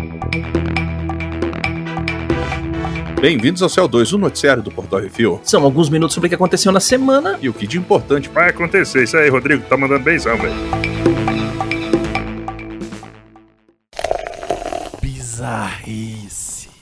Bem-vindos ao CO2, o noticiário do Portal Refil. São alguns minutos sobre o que aconteceu na semana e o que de importante vai acontecer. Isso aí, Rodrigo, tá mandando benzão, velho. Bizarrice.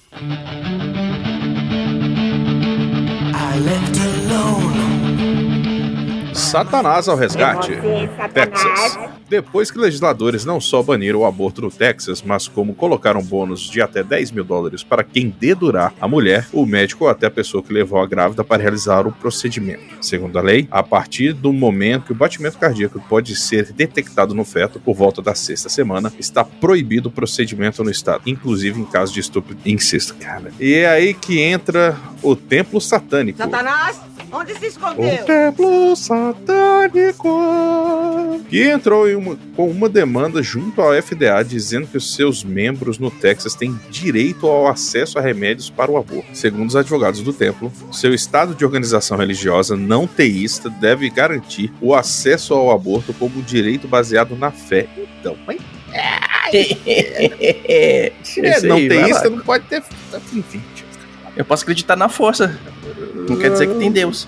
I left alone. Satanás ao resgate. Texas. Depois que legisladores não só baniram o aborto no Texas, mas como colocaram bônus de até $10 mil para quem dedurar a mulher, o médico ou até a pessoa que levou a grávida para realizar o procedimento. Segundo a lei, a partir do momento que o batimento cardíaco pode ser detectado no feto por volta da 6ª semana, está proibido o procedimento no estado, inclusive em caso de estupro e incesto. Cara. E é aí que entra o templo satânico. Satanás, onde se escondeu? O templo satânico, que entrou com uma demanda junto ao FDA dizendo que os seus membros no Texas têm direito ao acesso a remédios para o aborto. Segundo os advogados do templo, seu estado de organização religiosa não teísta deve garantir o acesso ao aborto como direito baseado na fé. Então, não teísta não pode ter... Enfim, eu posso acreditar na força. Não quer dizer que tem Deus.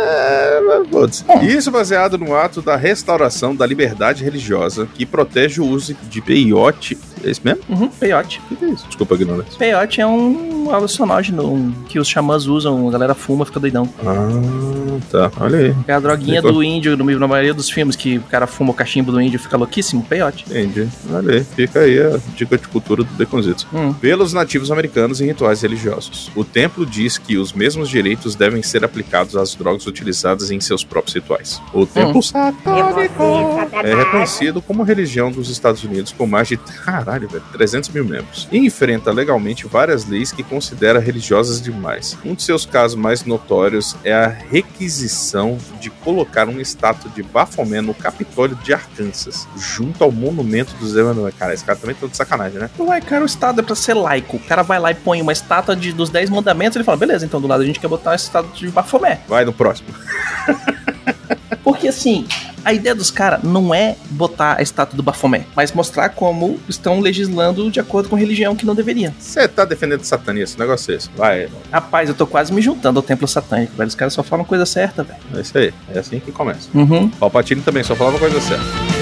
Isso baseado no ato da restauração da liberdade religiosa que protege o uso de peiote. É isso mesmo? Uhum, peiote. O que é isso? Desculpa a ignorância. Peiote é um alucinógeno que os xamãs usam, a galera fuma, fica doidão. Ah, tá. Olha aí. É a droguinha do índio, na maioria dos filmes, que o cara fuma o cachimbo do índio e fica louquíssimo, peiote. Entendi. Olha aí. Fica aí a dica de cultura do Baconzitos. Pelos nativos americanos em rituais religiosos. O templo diz que os mesmos direitos devem ser aplicados às drogas utilizadas em seus próprios rituais. O templo satânico é reconhecido como religião dos Estados Unidos com mais de 300 mil membros e enfrenta legalmente várias leis que considera religiosas demais. Um de seus casos mais notórios é a requisição de colocar uma estátua de Baphomet no Capitólio de Arkansas, junto ao monumento dos Emanuel. Cara, esse cara também tá de sacanagem, né? Ué, cara, o estado é pra ser laico. O cara vai lá e põe uma estátua dos 10 mandamentos e ele fala, beleza, então do lado a gente quer botar uma estátua de Baphomet. Vai no próximo. Porque assim, a ideia dos caras não é botar a estátua do Baphomet, mas mostrar como estão legislando de acordo com a religião que não deveria. Você tá defendendo satanismo, esse negócio é esse. Vai. Rapaz, eu tô quase me juntando ao templo satânico, velho. Os caras só falam coisa certa, velho. É isso aí, é assim que começa. Uhum. Palpatine também só falava coisa certa.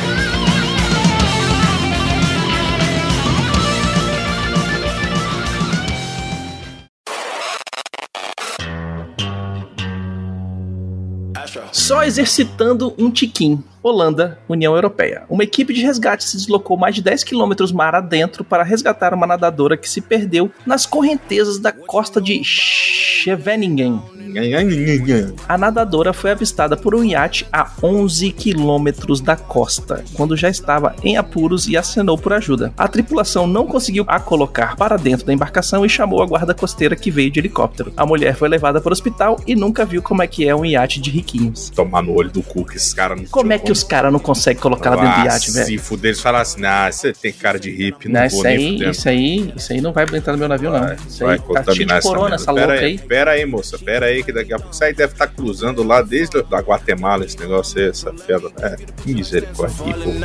Só exercitando um tiquinho. Holanda, União Europeia. Uma equipe de resgate se deslocou mais de 10 quilômetros mar adentro para resgatar uma nadadora que se perdeu nas correntezas da costa de Scheveningen. A nadadora foi avistada por um iate a 11 quilômetros da costa, quando já estava em apuros e acenou por ajuda. A tripulação não conseguiu a colocar para dentro da embarcação e chamou a guarda costeira que veio de helicóptero. A mulher foi levada para o hospital e nunca viu como é que é um iate de riquinhos. Tomar no olho do cu que esses caras não... Como é que os caras não conseguem colocar ela dentro do iate, velho? Se fuder, eles falam assim, você tem cara de hippie, não vou nem fudendo. Isso aí não vai entrar no meu navio, não. Isso aí tá cheio de corona, essa louca aí. Pera aí, moça, pera aí, que daqui a pouco isso aí deve estar cruzando lá desde da Guatemala, esse negócio aí, essa fera. Que misericórdia.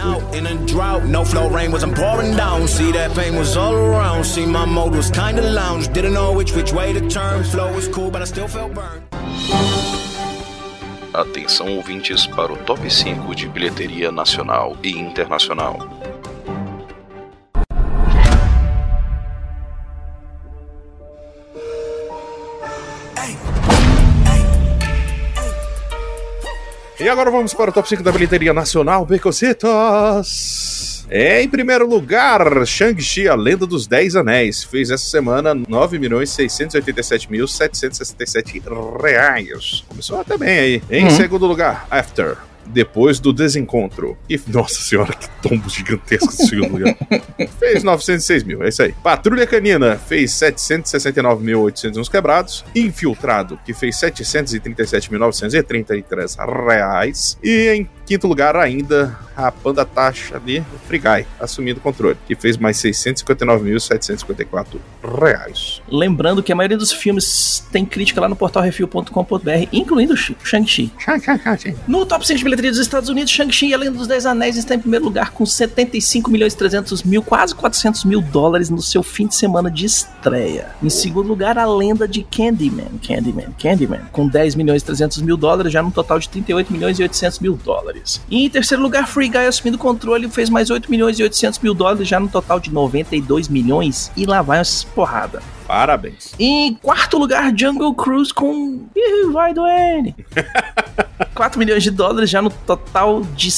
Atenção ouvintes para o top 5 de bilheteria nacional e internacional. E agora vamos para o top 5 da bilheteria nacional, Becositas. Em primeiro lugar, Shang-Chi, a Lenda dos 10 Anéis, fez essa semana 9.687.767 reais. Começou até bem aí. Em segundo lugar, After, Depois do Desencontro. E, nossa senhora, que tombo gigantesco esse segundo lugar. Fez 906 mil, é isso aí. Patrulha Canina fez 769.800 quebrados. Infiltrado, que fez 737.933 reais. E em quinto lugar ainda, a Panda Taxa ali, o Free Guy, assumindo o controle, que fez mais R$659.754. Lembrando que a maioria dos filmes tem crítica lá no portal refil.com.br, incluindo o Shang-Chi. No top 5 de bilheteria dos Estados Unidos, Shang-Chi e a Lenda dos 10 Anéis está em primeiro lugar com 75.300.000, quase $400 mil no seu fim de semana de estreia. Em segundo lugar, a Lenda de Candyman, com $10.300.000, já num total de $38.800.000. E em terceiro lugar, Free Guy assumindo o controle, fez mais $8.800.000, já num total de 92 milhões, e lá vai umas porrada. Parabéns. Em quarto lugar, Jungle Cruise com... Ih, vai Duane! $4 milhões, já no total de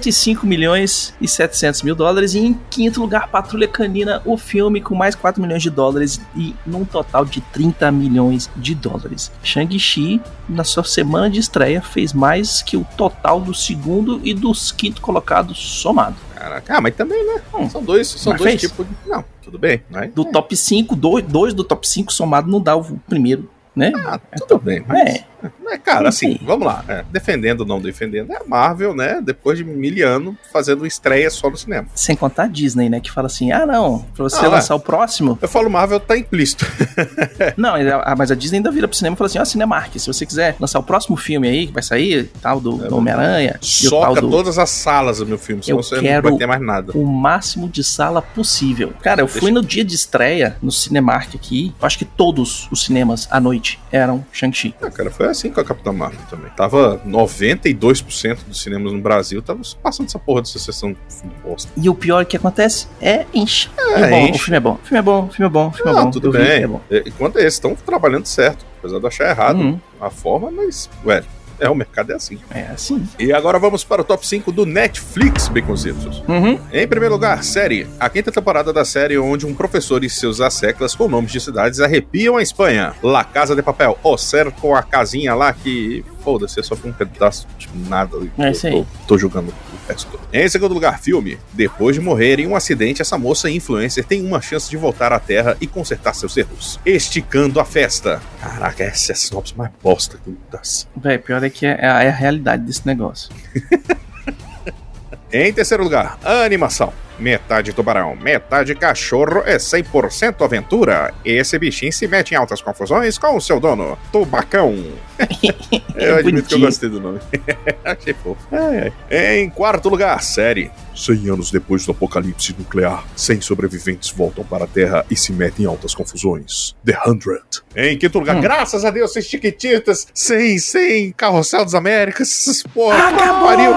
$105.700.000. E em quinto lugar, Patrulha Canina, o filme com mais $4 milhões e num total de $30 milhões. Shang-Chi, na sua semana de estreia, fez mais que o total do segundo e dos quinto colocados somado. Caraca, mas também, né? São dois tipos de... Não, tudo bem. Mas... Do top 5, dois do top 5 somado não dá o primeiro, né? Tudo bem, mas... Cara, assim, vamos lá. Defendendo ou não defendendo, é a Marvel, né? Depois de 1000 anos, fazendo estreia só no cinema. Sem contar a Disney, né? Que fala assim, não, pra você lançar o próximo... Eu falo Marvel, tá implícito. Não, mas a Disney ainda vira pro cinema e fala assim, Cinemark, se você quiser lançar o próximo filme aí, que vai sair, tal do Homem-Aranha... Soca todas as salas do meu filme, senão você não vai ter mais nada. O máximo de sala possível. Cara, eu fui no dia de estreia, no Cinemark aqui, eu acho que todos os cinemas à noite eram Shang-Chi. Cara, foi assim com a Capitã Marvel também. Tava 92% dos cinemas no Brasil, tava passando essa porra dessa sessão de bosta. E o pior que acontece enche. O filme é bom. O filme é bom. Tudo bem. Enquanto esses estão trabalhando certo, apesar de achar errado a forma, mas, o mercado é assim. É assim. E agora vamos para o top 5 do Netflix, Baconzitos. Em primeiro lugar, série. A quinta temporada da série onde um professor e seus asseclas com nomes de cidades arrepiam a Espanha. La Casa de Papel. O cerco, a casinha lá que... Foda-se, é só um pedaço de nada. Tô jogando o resto todo. Em segundo lugar, filme. Depois de morrer em um acidente, essa moça influencer tem uma chance de voltar à Terra e consertar seus erros. Esticando a festa. Caraca, essa é a sinopse mais bosta que eu das. Pior é que é a realidade desse negócio. Em terceiro lugar, animação. Metade tubarão, metade cachorro é 100% aventura. Esse bichinho se mete em altas confusões com o seu dono, Tubacão. Eu admito que eu gostei do nome. Achei fofo. Em quarto lugar, série. 100 anos depois do apocalipse nuclear, 100 sobreviventes voltam para a Terra e se metem em altas confusões. The 100. Em quinto lugar, graças a Deus, sem Chiquititas, sem Carrossel das Américas, essas porra, pariu.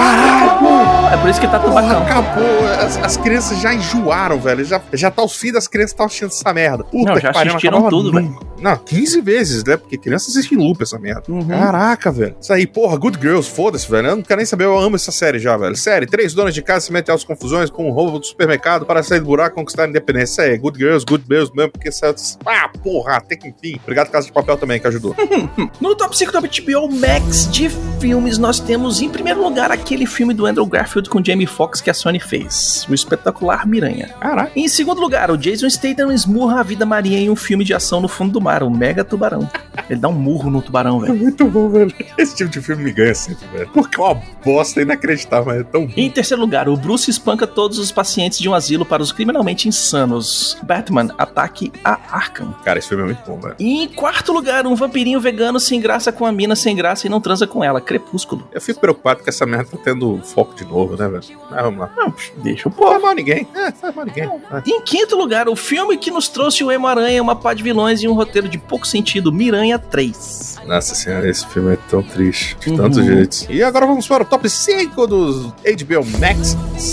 Caralho! É por isso que tá Tubacão. Acabou. As crianças já enjoaram, velho. Já tá os filhos das crianças estão assistindo essa merda. Puta que pariu, assistiram tudo, velho. Não, 15 vezes, né? Porque crianças assistem em loop essa merda. Caraca, velho. Isso aí, porra, Good Girls, foda-se, velho. Eu não quero nem saber, eu amo essa série já, velho. Série, 3 donas de casa se metem às confusões com um roubo do supermercado para sair do buraco e conquistar a independência. Isso aí, Good Girls mesmo, porque saiu... porra, até que enfim. Obrigado, Casa de Papel também, que ajudou. No top 5 da HBO Max de filmes, nós temos, em primeiro lugar, aquele filme do Andrew Garfield com Jamie Foxx que a Sony fez. O espetacular Miranha. Caraca. Em segundo lugar, o Jason Statham esmurra a vida marinha em um filme de ação no fundo do mar, o Mega Tubarão. Ele dá um murro no tubarão, velho. É muito bom, velho. Esse tipo de filme me ganha sempre, velho. Porque é uma bosta inacreditável, mas é tão bom. Em terceiro lugar, o Bruce espanca todos os pacientes de um asilo para os criminalmente insanos. Batman, Ataque a Arkham. Cara, esse filme é muito bom, velho. E em quarto lugar, um vampirinho vegano sem graça com a mina sem graça e não transa com ela, Crepúsculo. Eu fico preocupado que essa merda tá tendo foco de novo, né, velho? Mas vamos lá. Não, deixa eu pôr. Não faz mal ninguém. Faz mal ninguém. Em quinto lugar, o filme que nos trouxe o Emo-Aranha, uma pá de vilões e um roteiro de pouco sentido, Miranha 3. Nossa senhora, esse filme é tão triste, de tantos jeitos. E agora vamos para o top 5 dos HBO Max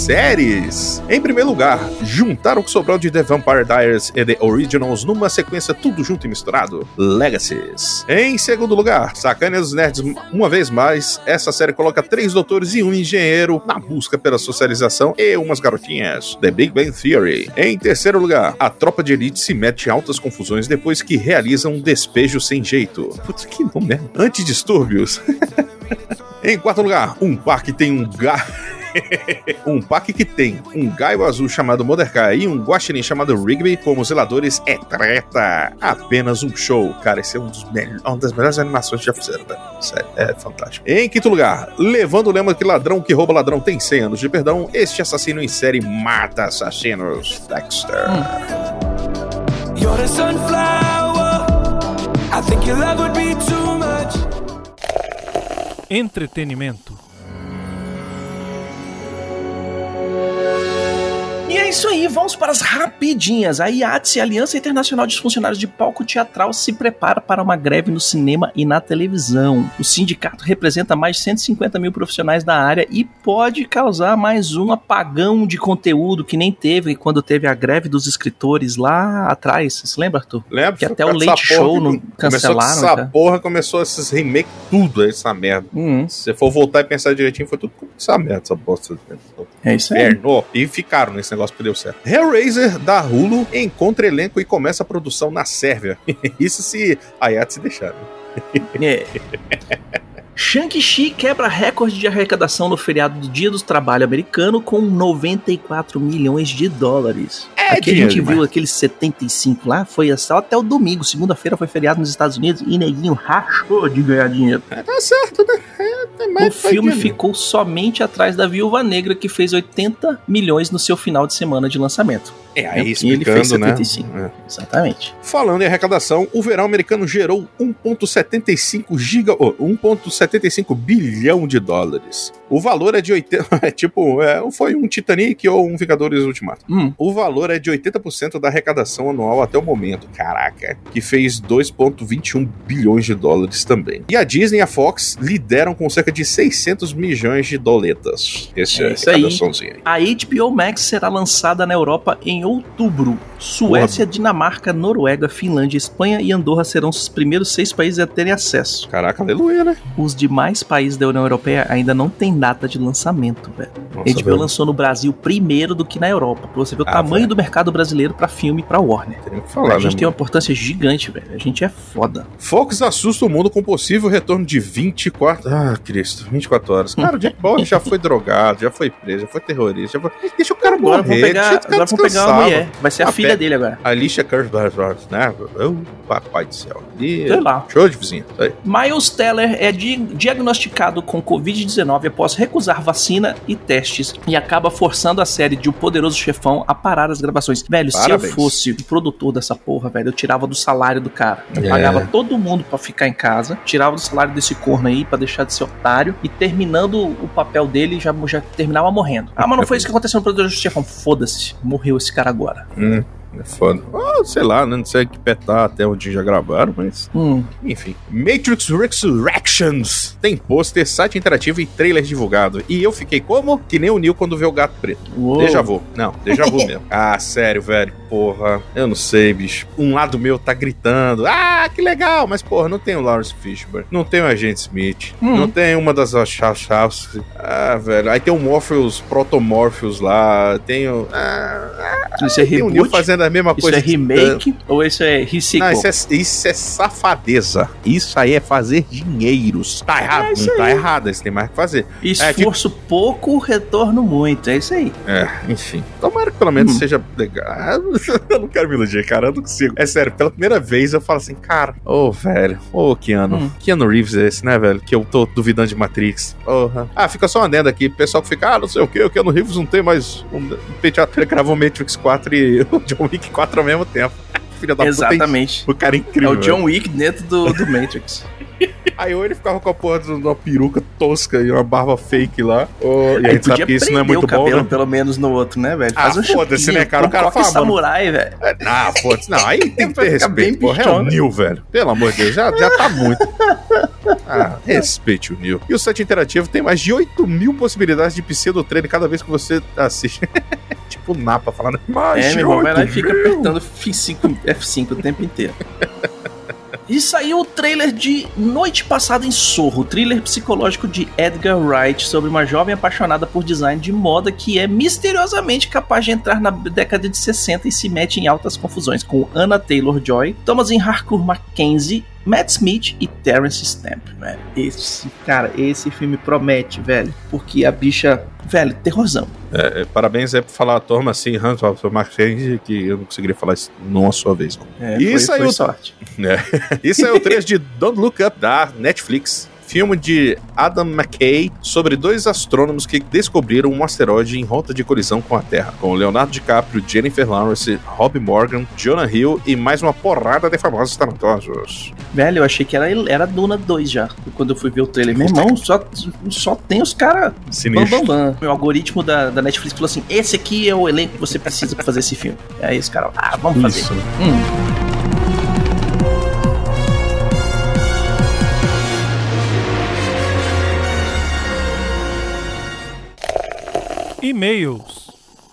séries. Em primeiro lugar, juntaram o que sobrou de The Vampire Diaries e The Originals numa sequência tudo junto e misturado, Legacies. Em segundo lugar, Sacanas dos Nerds, uma vez mais, essa série coloca 3 doutores e um engenheiro na busca pela socialização e umas garotinhas, The Big Bang Theory. Em terceiro lugar, a tropa de elite se mete em altas confusões depois que realiza um despejo sem jeito. Putz, que nome mesmo. Antidistúrbios. Em quarto lugar, um parque tem um gato. Um pack que tem um gaio azul chamado Mordecai e um guaxinim chamado Rigby como zeladores é treta. Apenas um show. Cara, esse é uma das melhores animações que já fizeram, velho. Sério, é fantástico. Em quinto lugar, levando o lema que ladrão que rouba ladrão tem 100 anos de perdão, este assassino em série mata assassinos. Dexter. You're the sunflower. I think your love would be too much. Entretenimento. E é isso aí, vamos para as rapidinhas. A IATSE, Aliança Internacional de Funcionários de Palco Teatral, se prepara para uma greve no cinema e na televisão. O sindicato representa mais de 150 mil profissionais da área e pode causar mais um apagão de conteúdo que nem teve quando teve a greve dos escritores lá atrás. Você se lembra, Arthur? Lembro. Que até o Late Show não cancelaram. Essa porra começou esses remakes, tudo essa merda. Se você for voltar e pensar direitinho, foi tudo essa merda, essa bosta. É isso aí. E ficaram nesse negócio que deu certo. Hellraiser da Hulu encontra elenco e começa a produção na Sérvia. Isso se a IATSE deixar. Shang-Chi quebra recorde de arrecadação no feriado do Dia do Trabalho americano com 94 milhões de dólares. Aqui a gente viu aqueles 75 lá, foi só até o domingo. Segunda-feira foi feriado nos Estados Unidos e neguinho rachou de ganhar dinheiro. Tá certo, né? O filme ficou somente atrás da Viúva Negra, que fez 80 milhões no seu final de semana de lançamento. Aí explicando, ele fez 75. Né? Exatamente. Falando em arrecadação, o verão americano gerou 1,75 bilhão de dólares. O valor é de 80... foi um Titanic ou um Vingadores Ultimato. O valor é de 80% da arrecadação anual até o momento. Caraca. Que fez 2,21 bilhões de dólares também. E a Disney e a Fox lideram com cerca de 600 milhões de doletas. Esse é a arrecadaçãozinha aí. A HBO Max será lançada na Europa em outubro. Suécia, Dinamarca, Noruega, Finlândia, Espanha e Andorra serão os primeiros 6 países a terem acesso. Caraca, aleluia, né? Os demais países da União Europeia ainda não têm data de lançamento, velho. A HBO lançou no Brasil primeiro do que na Europa, pra você ver o tamanho do mercado brasileiro pra filme e pra Warner. Tem que falar, a gente tem uma importância gigante, velho. A gente é foda. Fox assusta o mundo com possível retorno de 24 horas. Cara, o Jack Bauer já foi drogado, já foi preso, já foi terrorista, deixa o cara morrer. Agora vão pegar uma mulher. Vai ser a filha dele agora. Alicia Kersberg, né? Papai do céu. Sei lá. Show de vizinho. Miles Teller é diagnosticado com Covid-19 após recusar vacina e testes e acaba forçando a série de O Poderoso Chefão a parar as gravações. Velho, Parabéns. Se eu fosse o produtor dessa porra, velho, eu tirava do salário do cara. Eu pagava todo mundo pra ficar em casa, tirava do salário desse corno aí pra deixar de ser otário e terminando o papel dele, já terminava morrendo. Mas não foi isso que aconteceu no Poderoso Chefão. Foda-se, morreu esse cara agora. É foda. Sei lá, né? Não sei que petar até onde já gravaram, mas... Enfim. Matrix Resurrections tem pôster, site interativo e trailer divulgado. E eu fiquei como? Que nem o Neo quando vê o gato preto. Déjà vu. Não, déjà vu mesmo. Sério, velho. Porra. Eu não sei, bicho. Um lado meu tá gritando. Que legal. Mas, porra, não tem o Lawrence Fishburne. Não tem o Agente Smith. Não tem uma das Wachowski. velho. Aí tem o Morpheus, Proto-Morpheus lá. Tem o... Isso é reboot? Tem o Neo fazendo a mesma coisa. Isso é remake ou isso é recycle? Não, isso é safadeza. Isso aí é fazer dinheiros. Tá errado? Não tá errado. Isso tem mais que fazer. Esforço pouco, retorno muito. É isso aí. Enfim. Tomara que pelo menos seja legal. Eu não quero me iludir, cara. Eu não consigo. É sério, pela primeira vez eu falo assim, cara, velho. Keanu. Keanu Reeves é esse, né, velho? Que eu tô duvidando de Matrix. Porra. Fica só uma adenda aqui. O pessoal que fica, não sei o que, o Keanu Reeves não tem mais ele gravou Matrix 4 e o John Wick 4 ao mesmo tempo. Filha da puta. Exatamente. O cara é incrível. É o John Wick dentro do Matrix. Aí ou ele ficava com a porra de uma peruca tosca e uma barba fake lá. E a gente sabe que isso não é muito bom, né? Pelo menos no outro, né, velho? Faz um foda-se, né, cara? O cara fala, samurai, velho. Foda-se. Não, aí tem que ter respeito, porra. É o Neo, velho. Pelo amor de Deus, já tá muito. Respeite o Neo. E o site interativo tem mais de 8 mil possibilidades de pseudo-treino cada vez que você assiste. Tipo o Napa falando, mais de 8 mil. Vai lá e fica apertando F5 o tempo inteiro. E saiu o trailer de Noite Passada em Sorro, thriller psicológico de Edgar Wright sobre uma jovem apaixonada por design de moda que é misteriosamente capaz de entrar na década de 60 e se mete em altas confusões com Anna Taylor-Joy, Thomasin Harcourt Mackenzie Matt Smith e Terence Stamp, velho. Esse filme promete, velho, porque a bicha, velho, terrorzão. Parabéns aí por falar a turma assim, Hans Marquez, que eu não conseguiria falar isso numa só vez. Foi sorte. Isso é o trecho de Don't Look Up da Netflix. Filme de Adam McKay sobre 2 astrônomos que descobriram um asteroide em rota de colisão com a Terra, com Leonardo DiCaprio, Jennifer Lawrence, Robbie Morgan, Jonah Hill e mais uma porrada de famosos talentosos. Velho, eu achei que era Duna 2 já, quando eu fui ver o trailer. Meu irmão, só tem os caras bam. O algoritmo da Netflix falou assim, esse aqui é o elenco que você precisa pra fazer esse filme. Aí os caras, vamos fazer. E-mails.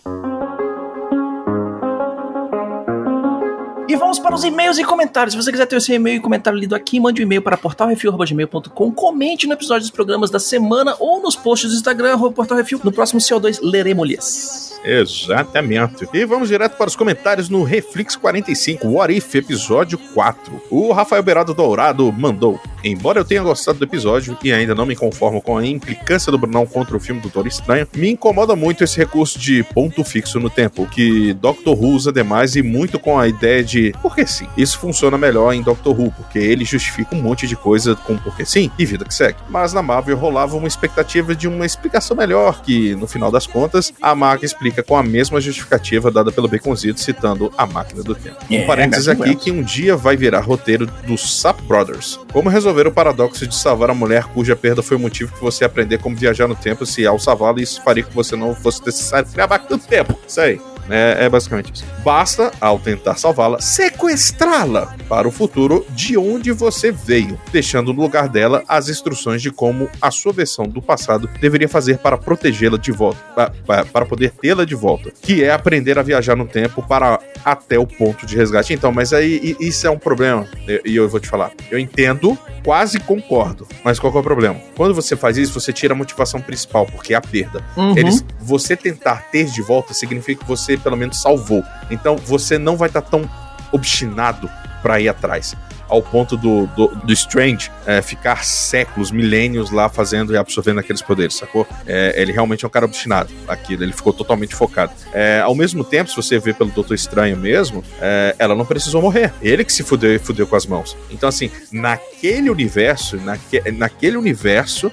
E vamos para os e-mails e comentários. Se você quiser ter o seu e-mail e comentário lido aqui, mande um e-mail para portalrefil@gmail.com, comente no episódio dos programas da semana ou nos posts do Instagram, @portalrefil. No próximo CO2, leremos-lhes. Exatamente. E vamos direto para os comentários no Reflex 45, What If, episódio 4. O Rafael Beirado Dourado mandou: embora eu tenha gostado do episódio e ainda não me conformo com a implicância do Brunão contra o filme do Doutor Estranho, me incomoda muito esse recurso de ponto fixo no tempo, que Doctor Who usa demais e muito com a ideia de porque sim. Isso funciona melhor em Doctor Who, porque ele justifica um monte de coisa com porque sim e vida que segue. Mas na Marvel rolava uma expectativa de uma explicação melhor, que no final das contas a Marvel explica com a mesma justificativa dada pelo Baconzito, citando a máquina do tempo. Um parênteses aqui que um dia vai virar roteiro dos Sap Brothers. Como resolver o paradoxo de salvar a mulher cuja perda foi o motivo que você aprender como viajar no tempo, se ao salvá-la isso faria que você não fosse necessário criar a máquina do tempo. Isso aí. É basicamente isso. Basta, ao tentar salvá-la, sequestrá-la para o futuro de onde você veio, deixando no lugar dela as instruções de como a sua versão do passado deveria fazer para protegê-la de volta, para poder tê-la de volta, que é aprender a viajar no tempo para até o ponto de resgate. Então, mas aí isso é um problema, e eu vou te falar. Eu entendo, quase concordo, mas qual que é o problema? Quando você faz isso, você tira a motivação principal, porque é a perda. Você tentar ter de volta significa que você pelo menos salvou. Então você não vai estar tão obstinado pra ir atrás. Ao ponto do Strange ficar séculos, milênios lá fazendo e absorvendo aqueles poderes, sacou? Ele realmente é um cara obstinado. Aquilo, ele ficou totalmente focado. Ao mesmo tempo, se você vê pelo Doutor Estranho mesmo, ela não precisou morrer. Ele que se fudeu e fudeu com as mãos. Então, assim, naquele universo, universo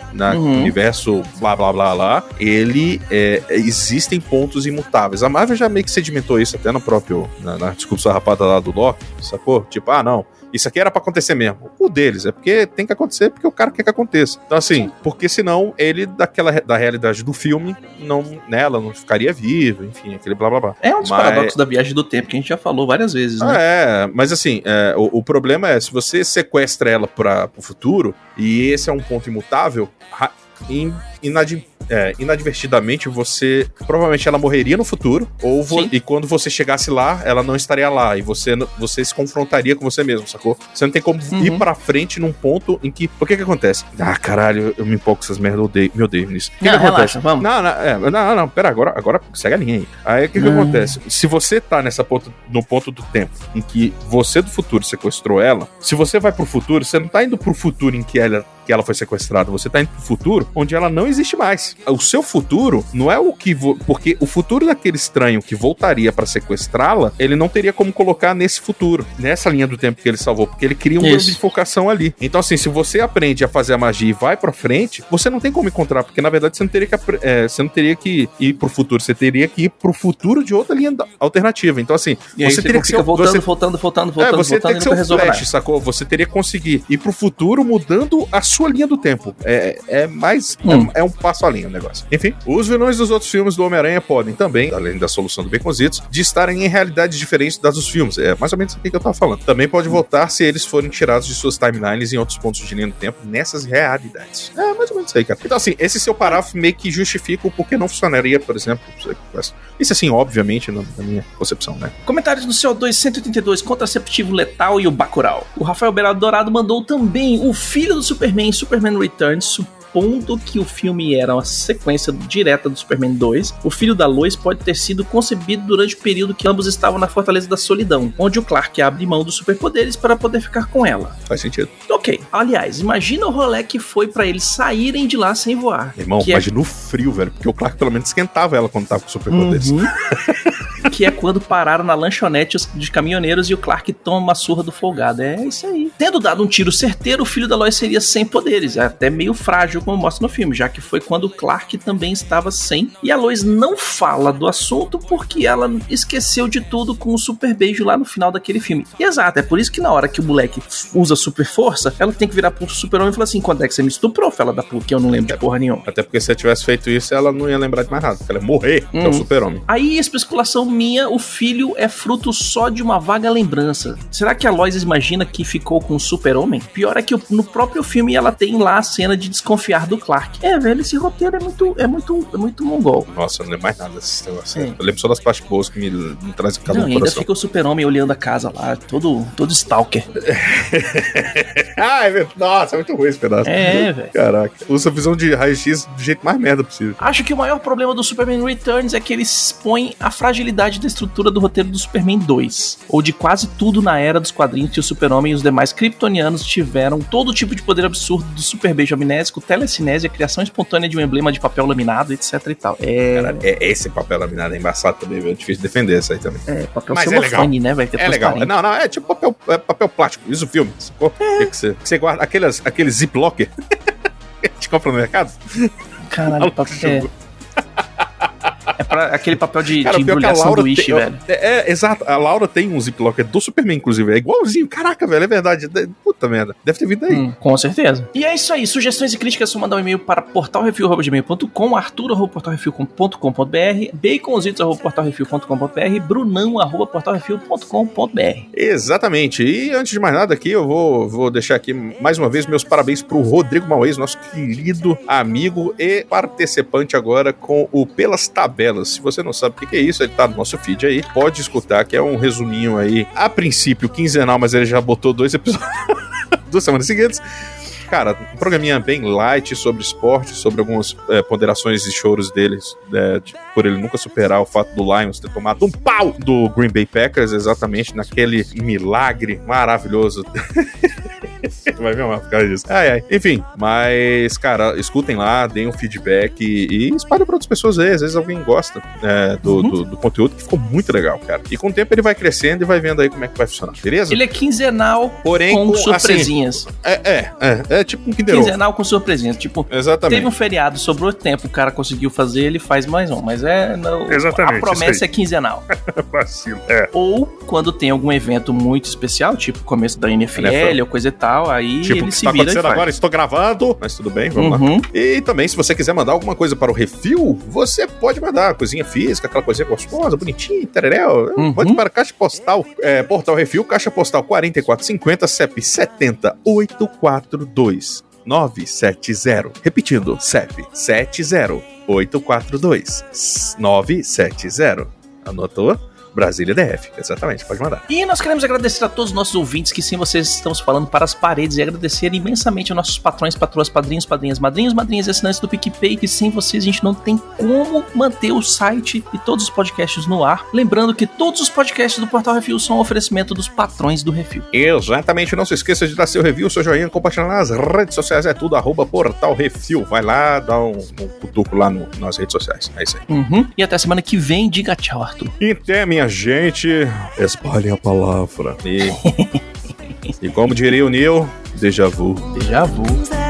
blá blá blá blá, existem pontos imutáveis. A Marvel já meio que sedimentou isso até no próprio, na discussão rapada lá do Loki, sacou? Tipo, não, isso aqui era pra acontecer mesmo. O deles é porque tem que acontecer porque o cara quer que aconteça. Então assim, porque senão ele da realidade do filme ela não ficaria viva, enfim, aquele blá blá blá. É um dos paradoxos da viagem do tempo que a gente já falou várias vezes, né? Mas assim, o problema é se você sequestra ela pro futuro, e esse é um ponto imutável, inadvertidamente provavelmente ela morreria no futuro, e quando você chegasse lá, ela não estaria lá, e você se confrontaria com você mesmo, sacou? Você não tem como ir pra frente num ponto em que, o que acontece? Caralho, eu me empolgo com essas merdas, me odeio nisso. O que acontece? Vamos. Não, pera, agora segue a linha aí. Aí o que acontece? Se você tá no ponto do tempo em que você do futuro sequestrou ela, se você vai pro futuro, você não tá indo pro futuro em que ela foi sequestrada, você tá indo pro futuro onde ela não existe mais. O seu futuro não é o que... Porque o futuro daquele estranho que voltaria pra sequestrá-la, ele não teria como colocar nesse futuro, nessa linha do tempo que ele salvou, porque ele cria uma bifurcação ali. Então assim, se você aprende a fazer a magia e vai pra frente, você não tem como encontrar, porque na verdade você não teria que ir pro futuro, você teria que ir pro futuro de outra linha alternativa. Então assim, você teria que ser... voltando, você teria que ser o Flash, sacou? Você teria que conseguir ir pro futuro mudando a sua linha do tempo. É um passo além o negócio. Enfim, os vilões dos outros filmes do Homem-Aranha podem também, além da solução do Baconzitos, de estarem em realidades diferentes das dos filmes. É mais ou menos isso que eu tava falando. Também pode voltar se eles forem tirados de suas timelines em outros pontos de linha do tempo nessas realidades. É mais ou menos isso aí, cara. Então assim, esse seu parágrafo meio que justifica o porquê não funcionaria, por exemplo, isso assim, obviamente, na minha concepção, né? Comentários no CO2 182, Contraceptivo Letal e o Bacurau. O Rafael Beirado Dourado mandou também o filho do Superman Returns, supondo que o filme era uma sequência direta do Superman 2, o filho da Lois pode ter sido concebido durante o período que ambos estavam na Fortaleza da Solidão, onde o Clark abre mão dos superpoderes para poder ficar com ela. Faz sentido. Ok. Aliás, imagina o rolê que foi pra eles saírem de lá sem voar. Irmão, imagina o frio, velho, porque o Clark pelo menos esquentava ela quando tava com superpoderes. Que é quando pararam na lanchonete de caminhoneiros e o Clark toma uma surra do folgado. É isso aí. Tendo dado um tiro certeiro, o filho da Lois seria sem poderes. É até meio frágil, como mostra no filme, já que foi quando o Clark também estava sem. E a Lois não fala do assunto porque ela esqueceu de tudo com o super beijo lá no final daquele filme. E exato, é por isso que na hora que o moleque usa super força, ela tem que virar pro super-homem e falar assim: quando é que você me estuprou, fela da puta? Que eu não lembro de porra nenhuma. Até porque se ela tivesse feito isso, ela não ia lembrar de mais nada, porque ela ia morrer, que é o super-homem. Aí, especulação minha, o filho é fruto só de uma vaga lembrança. Será que a Lois imagina que ficou com o super-homem? Pior é que no próprio filme ela tem lá a cena de desconfiar do Clark. É, velho, esse roteiro é muito mongol. Nossa, eu não lembro mais nada desse negócio. Eu lembro só das partes boas que me trazem cada coração. Ainda fica o super-homem olhando a casa lá, todo stalker. Nossa, é muito ruim esse pedaço. É, velho. Caraca. Usa a visão de raio-x do jeito mais merda possível. Acho que o maior problema do Superman Returns é que ele expõe a fragilidade da estrutura do roteiro do Superman 2, ou de quase tudo na era dos quadrinhos que o Super-Homem e os demais kryptonianos tiveram todo tipo de poder absurdo do super beijo amnésico, telecinésia, criação espontânea de um emblema de papel laminado, etc e tal. Cara, esse papel laminado é embaçado também, é difícil defender isso aí também. É, papel celofane, né? Vai ter legal. Não, é tipo papel plástico, isso o filme. Que você guarda aqueles ziplocker que a gente compra no mercado. Caralho, papel. É pra aquele papel de embrulhar sanduíche, velho. Exato. A Laura tem um ziplocker do Superman, inclusive. É igualzinho. Caraca, velho, é verdade. Puta merda. Deve ter vindo aí. Com certeza. E é isso aí. Sugestões e críticas, só mandar um e-mail para portalrefil@gmail.com, arturo@portalrefil.com.br, baconzitos@portalrefil.com.br, brunão@portalrefil.com.br. Exatamente. E antes de mais nada aqui, eu vou deixar aqui mais uma vez meus parabéns pro Rodrigo Mauês, nosso querido amigo e participante agora com o Pelas Tabelas. Se você não sabe o que é isso, ele tá no nosso feed aí, pode escutar, que é um resuminho aí, a princípio quinzenal, mas ele já botou 2 episódios 2 semanas seguidas. Cara, um programinha bem light sobre esporte, sobre algumas ponderações e choros deles, por ele nunca superar o fato do Lions ter tomado um pau do Green Bay Packers, exatamente naquele milagre maravilhoso. Vai ver uma cara disso. Enfim, mas, cara, escutem lá, deem um feedback e espalhem pra outras pessoas aí. Às vezes alguém gosta do conteúdo, que ficou muito legal, cara. E com o tempo ele vai crescendo e vai vendo aí como é que vai funcionar, beleza? Ele é quinzenal, porém com surpresinhas. Assim, é tipo um Kinder Ovo. Quinzenal com surpresinhas. Tipo, exatamente. Teve um feriado, sobrou tempo, o cara conseguiu fazer, ele faz mais um. Mas exatamente, a promessa é quinzenal. Vacilo. Ou quando tem algum evento muito especial, tipo começo da NFL ou coisa e tal, aí tipo, ele se vira e faz. Tipo, o que está acontecendo agora, estou gravando, mas tudo bem, vamos lá. E também, se você quiser mandar alguma coisa para o Refil, você pode mandar coisinha física, aquela coisinha gostosa, bonitinha, tereréu. Pode para a Caixa Postal, Portal Refil, Caixa Postal 4450, CEP 70842 970. Repetindo, CEP 70842 970. Anotou? Brasília DF, exatamente, pode mandar. E nós queremos agradecer a todos os nossos ouvintes, que sem vocês estamos falando para as paredes, e agradecer imensamente aos nossos patrões, patroas, padrinhos, padrinhas, madrinhos, madrinhas e assinantes do PicPay, que sem vocês a gente não tem como manter o site e todos os podcasts no ar. Lembrando que todos os podcasts do Portal Refil são um oferecimento dos patrões do Refil. Exatamente, não se esqueça de dar seu review, seu joinha, compartilhar nas redes sociais, é tudo @Portal Refil. Vai lá, dá um cutuco lá nas redes sociais, é isso aí. E até semana que vem, diga tchau, Arthur. E até, minha gente, espalhem a palavra. E como diria o Neil, déjà vu. Déjà vu.